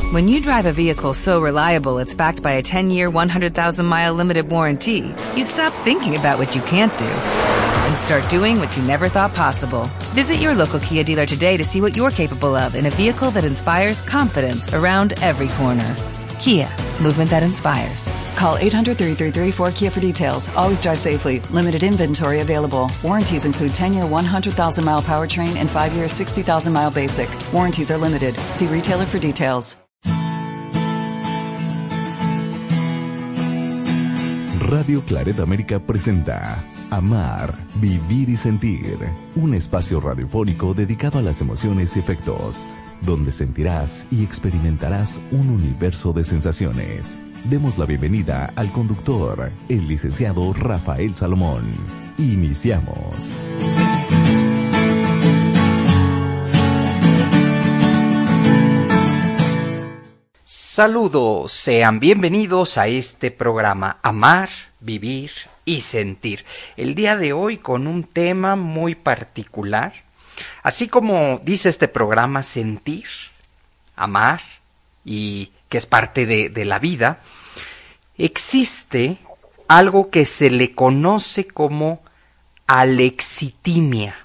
When you drive a vehicle so reliable it's backed by a 10-year, 100,000-mile limited warranty, you stop thinking about what you can't do and start doing what you never thought possible. Visit your local Kia dealer today to see what you're capable of in a vehicle that inspires confidence around every corner. Kia, movement that inspires. Call 800-3334-KIA for details. Always drive safely. Limited inventory available. Warranties include 10-year, 100,000-mile powertrain and 5-year, 60,000-mile basic. Warranties are limited. See retailer for details. Radio Claret América presenta Amar, Vivir y Sentir, un espacio radiofónico dedicado a las emociones y efectos, donde sentirás y experimentarás un universo de sensaciones. Demos la bienvenida al conductor, el licenciado Rafael Salomón. Iniciamos. Saludos, sean bienvenidos a este programa Amar, Vivir y Sentir. El día de hoy con un tema muy particular. Así como dice este programa, sentir, amar y que es parte de la vida, existe algo que se le conoce como alexitimia.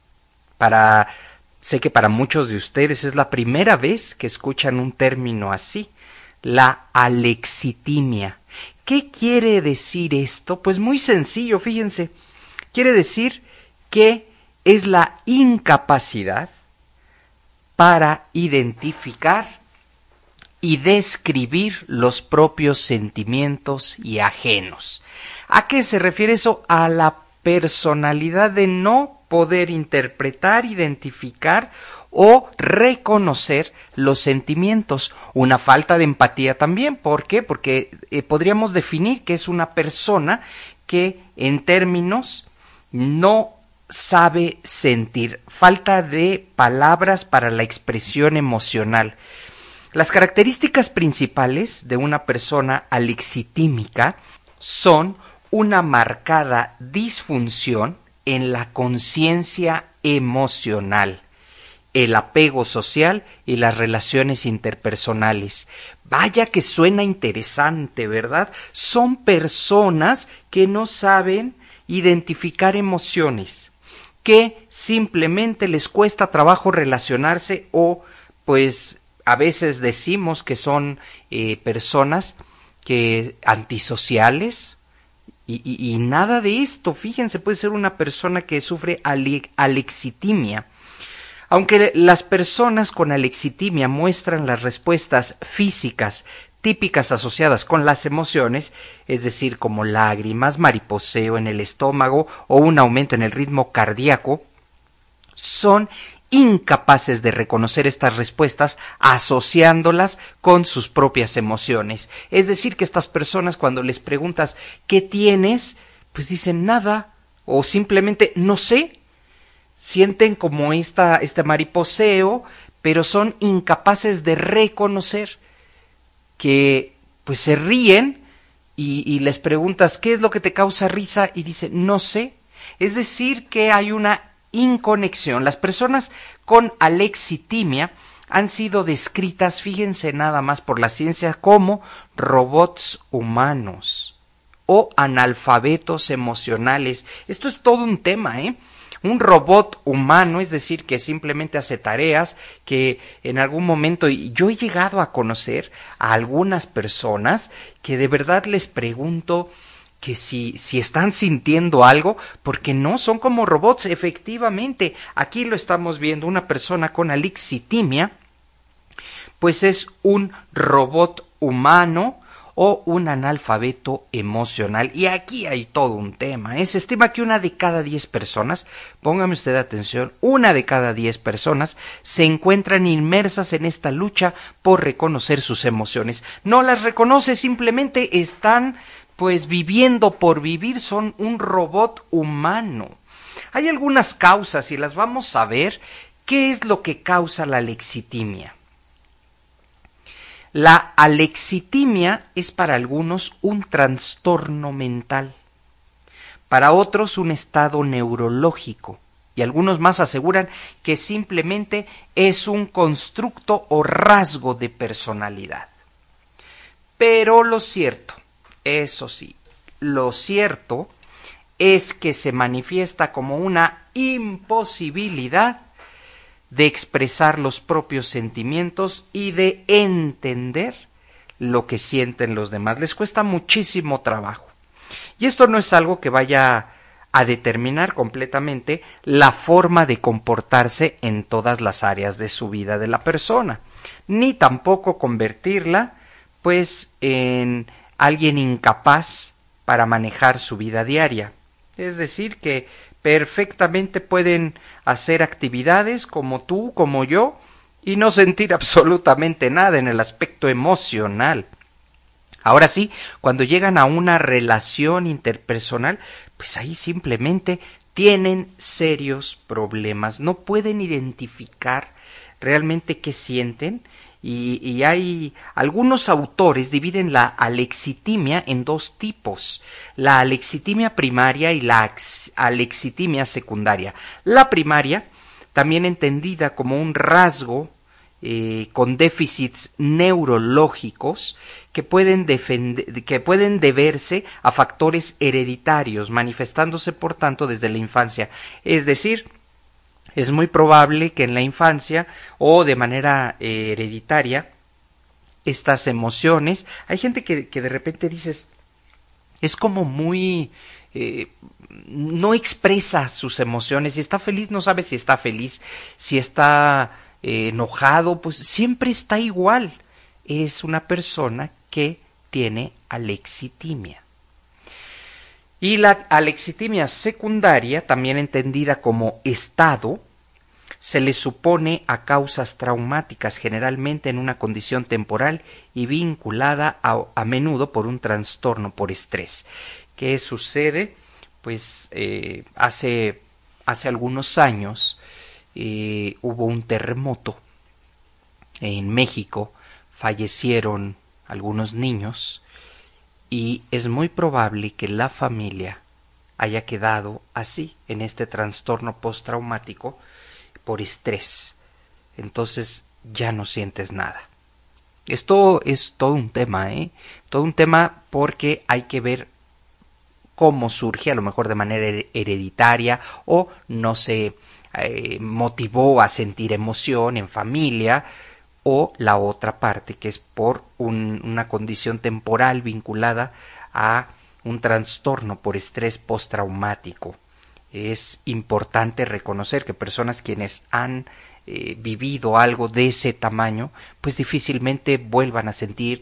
Sé que para muchos de ustedes es la primera vez que escuchan un término así, la alexitimia. ¿Qué quiere decir esto? Pues muy sencillo, fíjense. Quiere decir que es la incapacidad para identificar y describir los propios sentimientos y ajenos. ¿A qué se refiere eso? A la personalidad de no poder interpretar, identificar o reconocer los sentimientos. Una falta de empatía también. ¿Por qué? Porque podríamos definir que es una persona que en términos no sabe sentir. Falta de palabras para la expresión emocional. Las características principales de una persona alexitímica son una marcada disfunción en la conciencia emocional, el apego social y las relaciones interpersonales. Vaya que suena interesante, ¿verdad? Son personas que no saben identificar emociones, que simplemente les cuesta trabajo relacionarse o, pues, a veces decimos que son personas que antisociales. Y nada de esto, fíjense, puede ser una persona que sufre alexitimia. Aunque las personas con alexitimia muestran las respuestas físicas típicas asociadas con las emociones, es decir, como lágrimas, mariposeo en el estómago o un aumento en el ritmo cardíaco, son incapaces de reconocer estas respuestas asociándolas con sus propias emociones. Es decir, que estas personas cuando les preguntas ¿qué tienes? Pues dicen nada o simplemente no sé. Sienten como este mariposeo, pero son incapaces de reconocer que pues se ríen y les preguntas ¿qué es lo que te causa risa? Y dicen no sé. Es decir, que hay una inconexión. Las personas con alexitimia han sido descritas, fíjense nada más, por la ciencia como robots humanos o analfabetos emocionales. Esto es todo un tema, Un robot humano, es decir, que simplemente hace tareas, que en algún momento, y yo he llegado a conocer a algunas personas que de verdad les pregunto que si están sintiendo algo, porque no son como robots. Efectivamente, aquí lo estamos viendo, una persona con alexitimia, pues es un robot humano o un analfabeto emocional. Y aquí hay todo un tema, Se estima que 1 de cada 10 personas, póngame usted atención, 1 de cada 10 personas se encuentran inmersas en esta lucha por reconocer sus emociones. No las reconoce, simplemente están pues viviendo por vivir, son un robot humano. Hay algunas causas y las vamos a ver. ¿Qué es lo que causa la alexitimia? La alexitimia es para algunos un trastorno mental, para otros un estado neurológico y algunos más aseguran que simplemente es un constructo o rasgo de personalidad. Pero lo cierto, eso sí, lo cierto es que se manifiesta como una imposibilidad de expresar los propios sentimientos y de entender lo que sienten los demás. Les cuesta muchísimo trabajo. Y esto no es algo que vaya a determinar completamente la forma de comportarse en todas las áreas de su vida de la persona, ni tampoco convertirla pues en alguien incapaz para manejar su vida diaria. Es decir, que perfectamente pueden hacer actividades como tú, como yo, y no sentir absolutamente nada en el aspecto emocional. Ahora sí, cuando llegan a una relación interpersonal, pues ahí simplemente tienen serios problemas, no pueden identificar realmente qué sienten, y hay algunos autores dividen la alexitimia en dos tipos, la alexitimia primaria y la alexitimia secundaria. La primaria, también entendida como un rasgo con déficits neurológicos que pueden deberse a factores hereditarios, manifestándose por tanto desde la infancia. Es decir, es muy probable que en la infancia o de manera hereditaria estas emociones, hay gente que de repente dices, es como muy no expresa sus emociones, si está feliz no sabe si está feliz, si está enojado, pues siempre está igual. Es una persona que tiene alexitimia. Y la alexitimia secundaria, también entendida como estado, se le supone a causas traumáticas, generalmente en una condición temporal y vinculada a menudo por un trastorno por estrés. ¿Qué sucede? Pues hace algunos años hubo un terremoto en México, fallecieron algunos niños y es muy probable que la familia haya quedado así, en este trastorno postraumático por estrés. Entonces ya no sientes nada. Esto es todo un tema, todo un tema, porque hay que ver cómo surge, a lo mejor de manera hereditaria o no se motivó a sentir emoción en familia, o la otra parte que es por una condición temporal vinculada a un trastorno por estrés postraumático. Es importante reconocer que personas quienes han vivido algo de ese tamaño, pues difícilmente vuelvan a sentir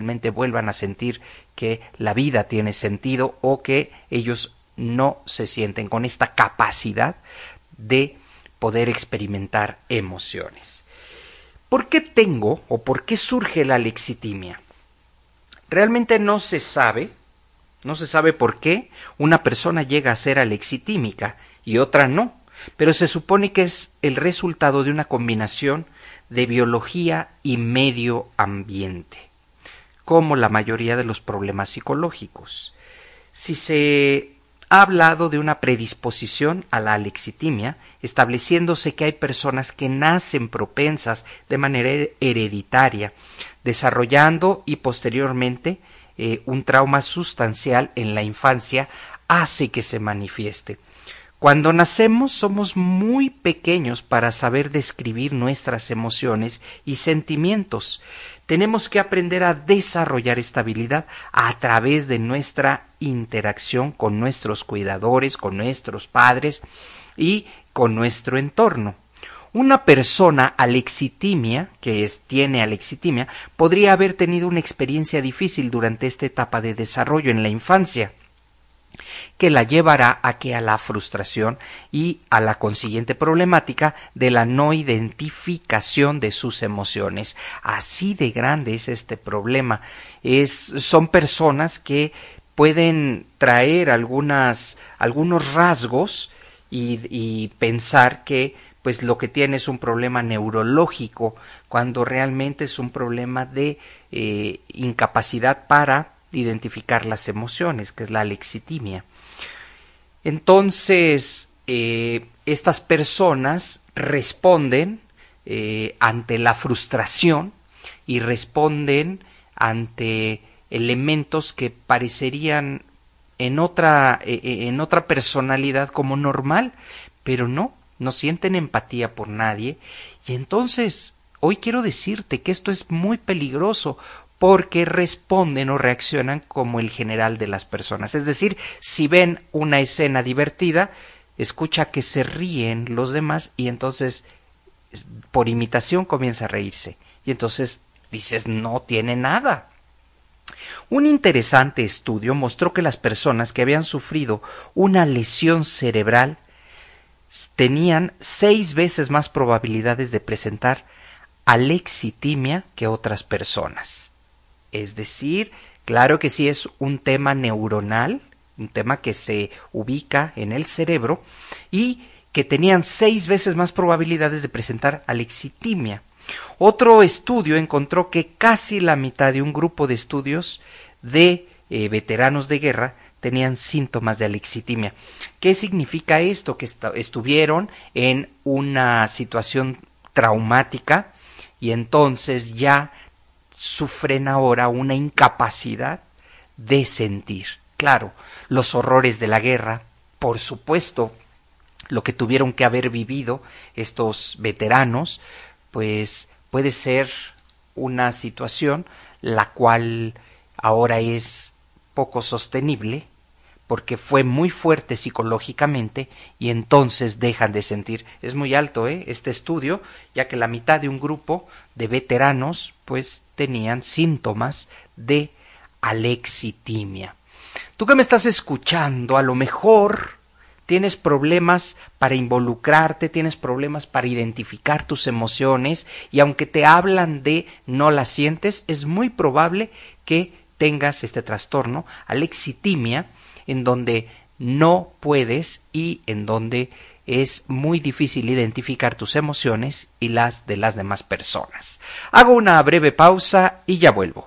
que la vida tiene sentido, o que ellos no se sienten con esta capacidad de poder experimentar emociones. ¿Por qué tengo o por qué surge la alexitimia? Realmente no se sabe por qué una persona llega a ser alexitímica y otra no, pero se supone que es el resultado de una combinación de biología y medio ambiente, como la mayoría de los problemas psicológicos. Si se ha hablado de una predisposición a la alexitimia, estableciéndose que hay personas que nacen propensas de manera hereditaria, desarrollando y posteriormente un trauma sustancial en la infancia hace que se manifieste. Cuando nacemos somos muy pequeños para saber describir nuestras emociones y sentimientos. Tenemos que aprender a desarrollar esta habilidad a través de nuestra interacción con nuestros cuidadores, con nuestros padres y con nuestro entorno. Una persona alexitimia, tiene alexitimia, podría haber tenido una experiencia difícil durante esta etapa de desarrollo en la infancia, que la llevará a la frustración y a la consiguiente problemática de la no identificación de sus emociones. Así de grande es este problema. Son personas que pueden traer algunos rasgos y pensar que pues lo que tiene es un problema neurológico, cuando realmente es un problema de incapacidad para identificar las emociones, que es la alexitimia. Entonces, estas personas responden ante la frustración y responden ante elementos que parecerían en otra personalidad como normal, pero no sienten empatía por nadie. Y entonces hoy quiero decirte que esto es muy peligroso, porque responden o reaccionan como el general de las personas. Es decir, si ven una escena divertida, escucha que se ríen los demás y entonces por imitación comienza a reírse. Y entonces dices, no tiene nada. Un interesante estudio mostró que las personas que habían sufrido una lesión cerebral tenían 6 veces más probabilidades de presentar alexitimia que otras personas. Es decir, claro que sí es un tema neuronal, un tema que se ubica en el cerebro y que tenían 6 veces más probabilidades de presentar alexitimia. Otro estudio encontró que casi la mitad de un grupo de estudios de veteranos de guerra tenían síntomas de alexitimia. ¿Qué significa esto? Que estuvieron en una situación traumática y entonces ya sufren ahora una incapacidad de sentir. Claro, los horrores de la guerra, por supuesto, lo que tuvieron que haber vivido estos veteranos, pues puede ser una situación la cual ahora es poco sostenible, porque fue muy fuerte psicológicamente y entonces dejan de sentir. Es muy alto este estudio, ya que la mitad de un grupo de veteranos pues tenían síntomas de alexitimia. Tú que me estás escuchando, a lo mejor tienes problemas para involucrarte, tienes problemas para identificar tus emociones y aunque te hablan de no las sientes, es muy probable que tengas este trastorno, alexitimia, en donde no puedes y en donde es muy difícil identificar tus emociones y las de las demás personas. Hago una breve pausa y ya vuelvo.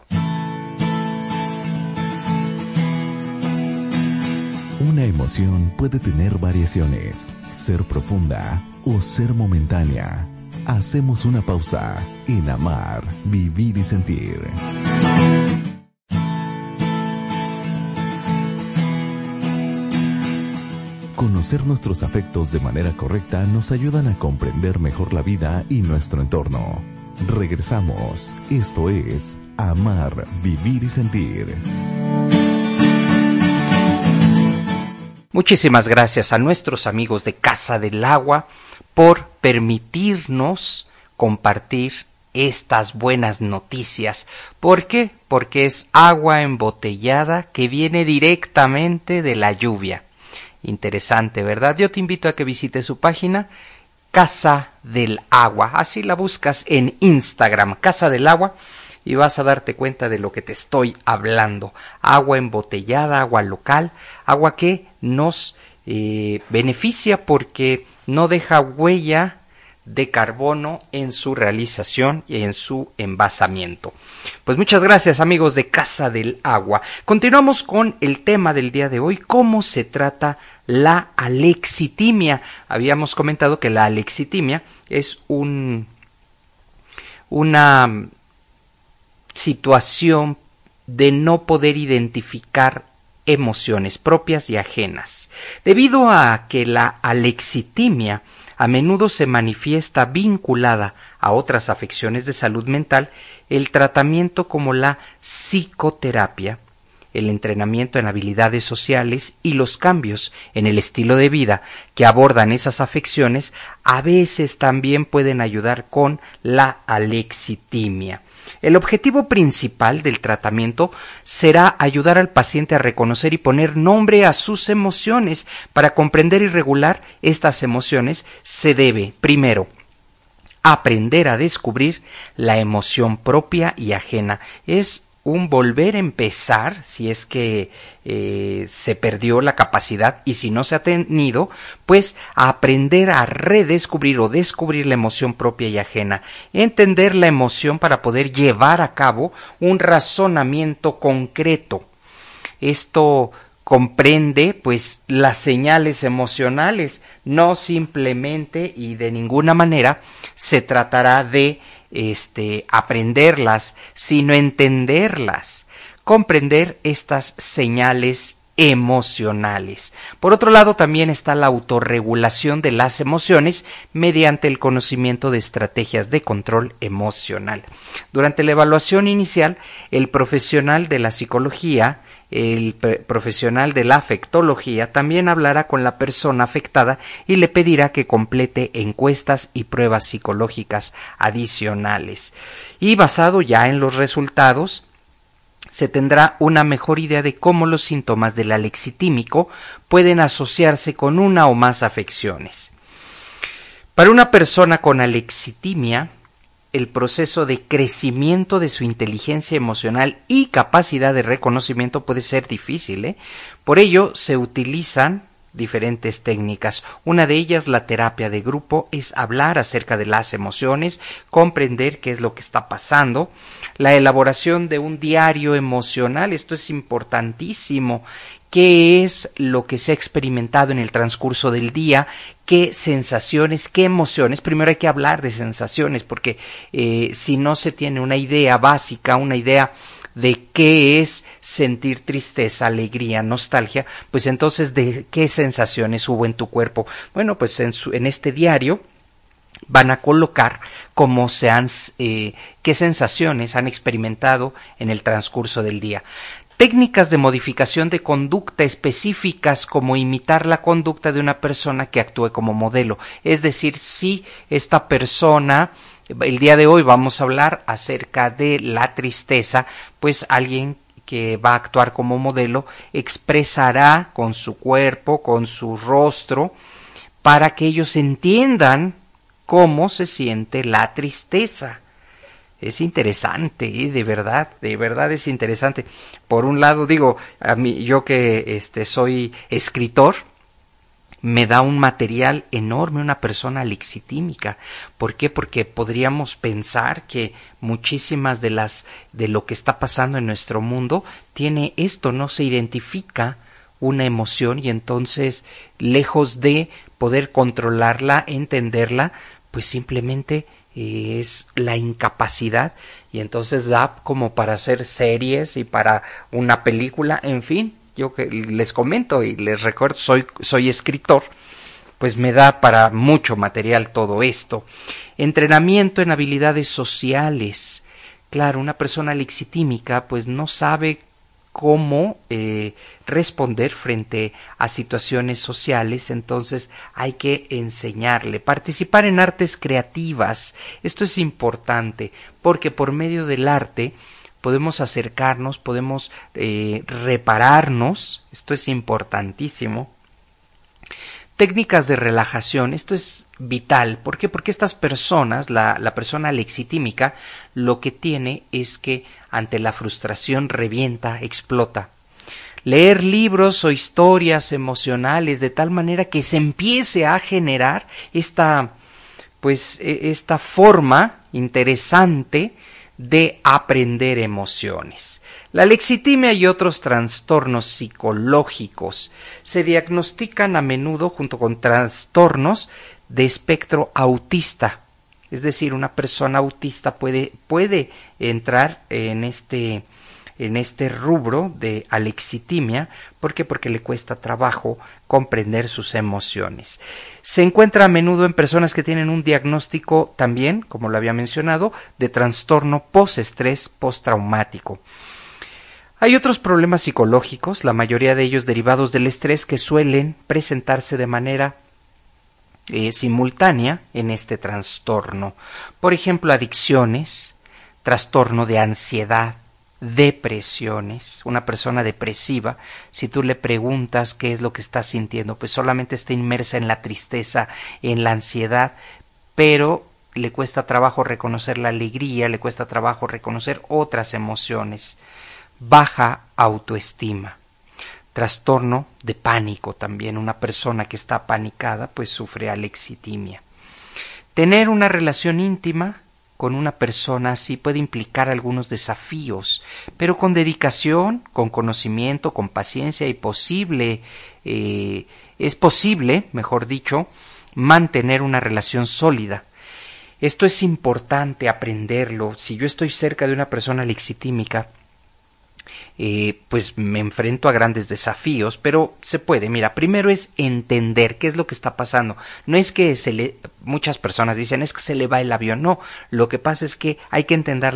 Una emoción puede tener variaciones, ser profunda o ser momentánea. Hacemos una pausa en Amar, Vivir y Sentir. Conocer nuestros afectos de manera correcta nos ayudan a comprender mejor la vida y nuestro entorno. Regresamos. Esto es Amar, Vivir y Sentir. Muchísimas gracias a nuestros amigos de Casa del Agua por permitirnos compartir estas buenas noticias. ¿Por qué? Porque es agua embotellada que viene directamente de la lluvia. Interesante, ¿verdad? Yo te invito a que visites su página, Casa del Agua. Así la buscas en Instagram, Casa del Agua, y vas a darte cuenta de lo que te estoy hablando. Agua embotellada, agua local, agua que nos beneficia porque no deja huella de carbono en su realización y en su envasamiento. Pues muchas gracias, amigos de Casa del Agua. Continuamos con el tema del día de hoy, cómo se trata la alexitimia. Habíamos comentado que la alexitimia es una situación de no poder identificar emociones propias y ajenas. Debido a que la alexitimia a menudo se manifiesta vinculada a otras afecciones de salud mental, el tratamiento como la psicoterapia, el entrenamiento en habilidades sociales y los cambios en el estilo de vida que abordan esas afecciones a veces también pueden ayudar con la alexitimia. El objetivo principal del tratamiento será ayudar al paciente a reconocer y poner nombre a sus emociones. Para comprender y regular estas emociones se debe, primero, aprender a descubrir la emoción propia y ajena. Es un volver a empezar si es que se perdió la capacidad y si no se ha tenido, pues a aprender a redescubrir o descubrir la emoción propia y ajena, entender la emoción para poder llevar a cabo un razonamiento concreto. Esto comprende pues las señales emocionales, no simplemente y de ninguna manera se tratará de aprenderlas, sino entenderlas, comprender estas señales emocionales. Por otro lado, también está la autorregulación de las emociones mediante el conocimiento de estrategias de control emocional. Durante la evaluación inicial, el profesional de la psicología, el profesional de la afectología también hablará con la persona afectada y le pedirá que complete encuestas y pruebas psicológicas adicionales. Y basado ya en los resultados, se tendrá una mejor idea de cómo los síntomas del alexitímico pueden asociarse con una o más afecciones. Para una persona con alexitimia, el proceso de crecimiento de su inteligencia emocional y capacidad de reconocimiento puede ser difícil, Por ello se utilizan diferentes técnicas. Una de ellas, la terapia de grupo, es hablar acerca de las emociones, comprender qué es lo que está pasando. La elaboración de un diario emocional, esto es importantísimo. ¿Qué es lo que se ha experimentado en el transcurso del día? ¿Qué sensaciones, qué emociones? Primero hay que hablar de sensaciones, porque si no se tiene una idea básica, una idea de qué es sentir tristeza, alegría, nostalgia, pues entonces de qué sensaciones hubo en tu cuerpo. Bueno, pues en este diario van a colocar cómo qué sensaciones han experimentado en el transcurso del día. Técnicas de modificación de conducta específicas, como imitar la conducta de una persona que actúe como modelo. Es decir, si esta persona, el día de hoy vamos a hablar acerca de la tristeza, pues alguien que va a actuar como modelo expresará con su cuerpo, con su rostro, para que ellos entiendan cómo se siente la tristeza. Es interesante, de verdad es interesante. Por un lado, digo, a mí, yo que soy escritor, me da un material enorme una persona alexitímica. ¿Por qué? Porque podríamos pensar que muchísimas de lo que está pasando en nuestro mundo tiene esto, no se identifica una emoción y entonces, lejos de poder controlarla, entenderla, pues simplemente es la incapacidad, y entonces da como para hacer series y para una película, en fin. Yo que les comento y les recuerdo, soy escritor, pues me da para mucho material todo esto. Entrenamiento en habilidades sociales. Claro, una persona alexitímica pues no sabe cómo responder frente a situaciones sociales, entonces hay que enseñarle. Participar en artes creativas, esto es importante, porque por medio del arte podemos acercarnos, podemos repararnos, esto es importantísimo. Técnicas de relajación, esto es vital. ¿Por qué? Porque estas personas, la persona alexitímica, lo que tiene es que ante la frustración revienta, explota. Leer libros o historias emocionales de tal manera que se empiece a generar esta forma interesante de aprender emociones. La alexitimia y otros trastornos psicológicos se diagnostican a menudo junto con trastornos de espectro autista. Es decir, una persona autista puede entrar en este rubro de alexitimia. ¿Por qué? Porque le cuesta trabajo comprender sus emociones. Se encuentra a menudo en personas que tienen un diagnóstico también, como lo había mencionado, de trastorno postestrés postraumático. Hay otros problemas psicológicos, la mayoría de ellos derivados del estrés, que suelen presentarse de manera simultánea en este trastorno. Por ejemplo, adicciones, trastorno de ansiedad, depresiones. Una persona depresiva, si tú le preguntas qué es lo que está sintiendo, pues solamente está inmersa en la tristeza, en la ansiedad, pero le cuesta trabajo reconocer la alegría, le cuesta trabajo reconocer otras emociones. Baja autoestima. Trastorno de pánico también. Una persona que está apanicada pues sufre alexitimia. Tener una relación íntima con una persona así puede implicar algunos desafíos, pero con dedicación, con conocimiento, con paciencia es posible, mejor dicho, mantener una relación sólida. Esto es importante aprenderlo. Si yo estoy cerca de una persona lexitímica, pues me enfrento a grandes desafíos, pero se puede. Mira, primero es entender qué es lo que está pasando. No es que muchas personas dicen es que se le va el avión. No, lo que pasa es que hay que entender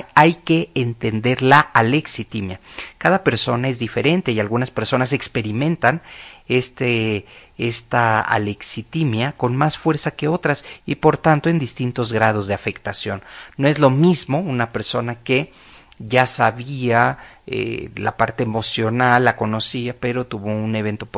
la alexitimia. Cada persona es diferente y algunas personas experimentan esta alexitimia con más fuerza que otras y por tanto en distintos grados de afectación. No es lo mismo una persona que ya sabía la parte emocional, la conocía, pero tuvo un evento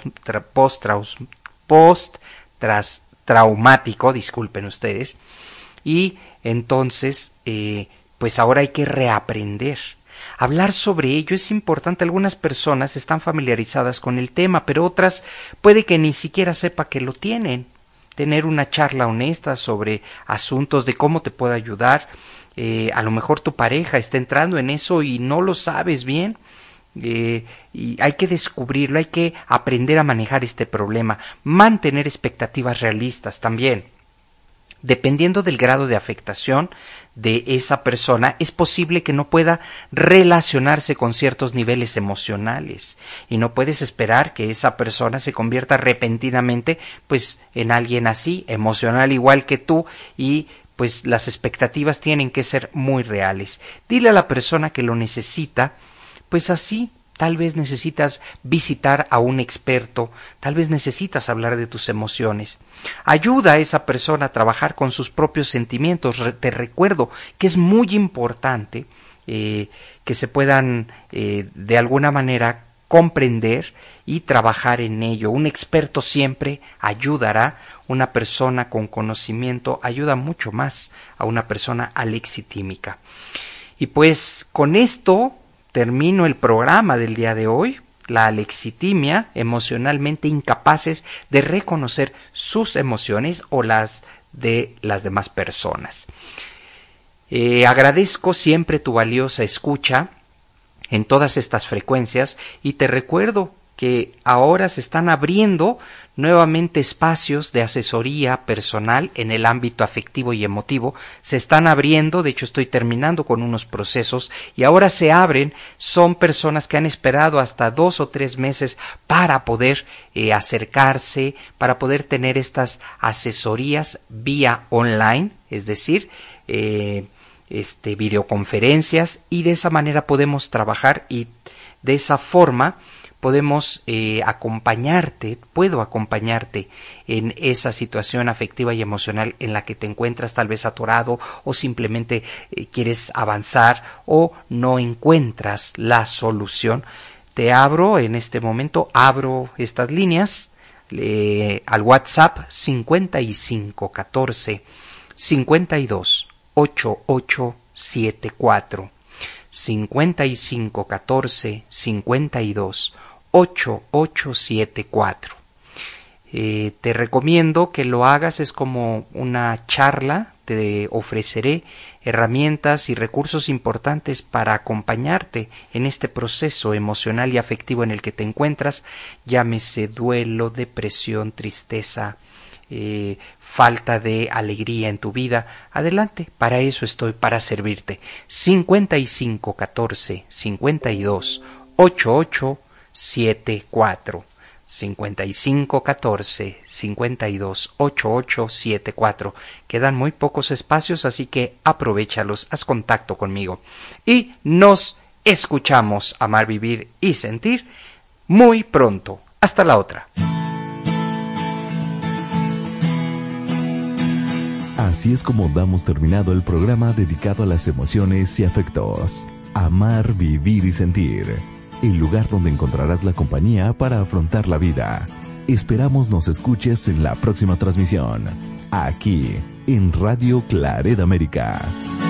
post-traumático, disculpen ustedes, y entonces pues ahora hay que reaprender. Hablar sobre ello es importante. Algunas personas están familiarizadas con el tema, pero otras puede que ni siquiera sepa que lo tienen. Tener una charla honesta sobre asuntos de cómo te puedo ayudar. A lo mejor tu pareja está entrando en eso y no lo sabes bien. Y hay que descubrirlo, hay que aprender a manejar este problema. Mantener expectativas realistas también. Dependiendo del grado de afectación de esa persona, es posible que no pueda relacionarse con ciertos niveles emocionales y no puedes esperar que esa persona se convierta repentinamente pues en alguien así, emocional igual que tú, y pues las expectativas tienen que ser muy reales. Dile a la persona que lo necesita, pues así. Tal vez necesitas visitar a un experto, tal vez necesitas hablar de tus emociones. Ayuda a esa persona a trabajar con sus propios sentimientos. Te recuerdo que es muy importante que se puedan de alguna manera comprender y trabajar en ello. Un experto siempre ayudará. Una persona con conocimiento ayuda mucho más a una persona alexitímica. Y pues con esto termino el programa del día de hoy. La alexitimia, emocionalmente incapaces de reconocer sus emociones o las de las demás personas. Agradezco siempre tu valiosa escucha en todas estas frecuencias y te recuerdo que ahora se están abriendo nuevamente espacios de asesoría personal en el ámbito afectivo y emotivo. Se están abriendo, de hecho estoy terminando con unos procesos y ahora se abren. Son personas que han esperado hasta 2 o 3 meses para poder acercarse, para poder tener estas asesorías vía online, es decir, videoconferencias, y de esa manera podemos trabajar y de esa forma podemos puedo acompañarte en esa situación afectiva y emocional en la que te encuentras tal vez atorado o simplemente quieres avanzar o no encuentras la solución. Te abro en este momento, abro estas líneas al WhatsApp 5514 52 8874 5514 52 8874. Te recomiendo que lo hagas, es como una charla. Te ofreceré herramientas y recursos importantes para acompañarte en este proceso emocional y afectivo en el que te encuentras, llámese duelo, depresión, tristeza, falta de alegría en tu vida. Adelante, para eso estoy, para servirte. 5514 52 8874 5514 52 8874. Quedan muy pocos espacios, así que aprovéchalos, haz contacto conmigo y nos escuchamos, amar, vivir y sentir muy pronto. Hasta la otra. Así es como damos terminado el programa dedicado a las emociones y afectos. Amar, vivir y sentir. El lugar donde encontrarás la compañía para afrontar la vida. Esperamos nos escuches en la próxima transmisión. Aquí, en Radio Claret América.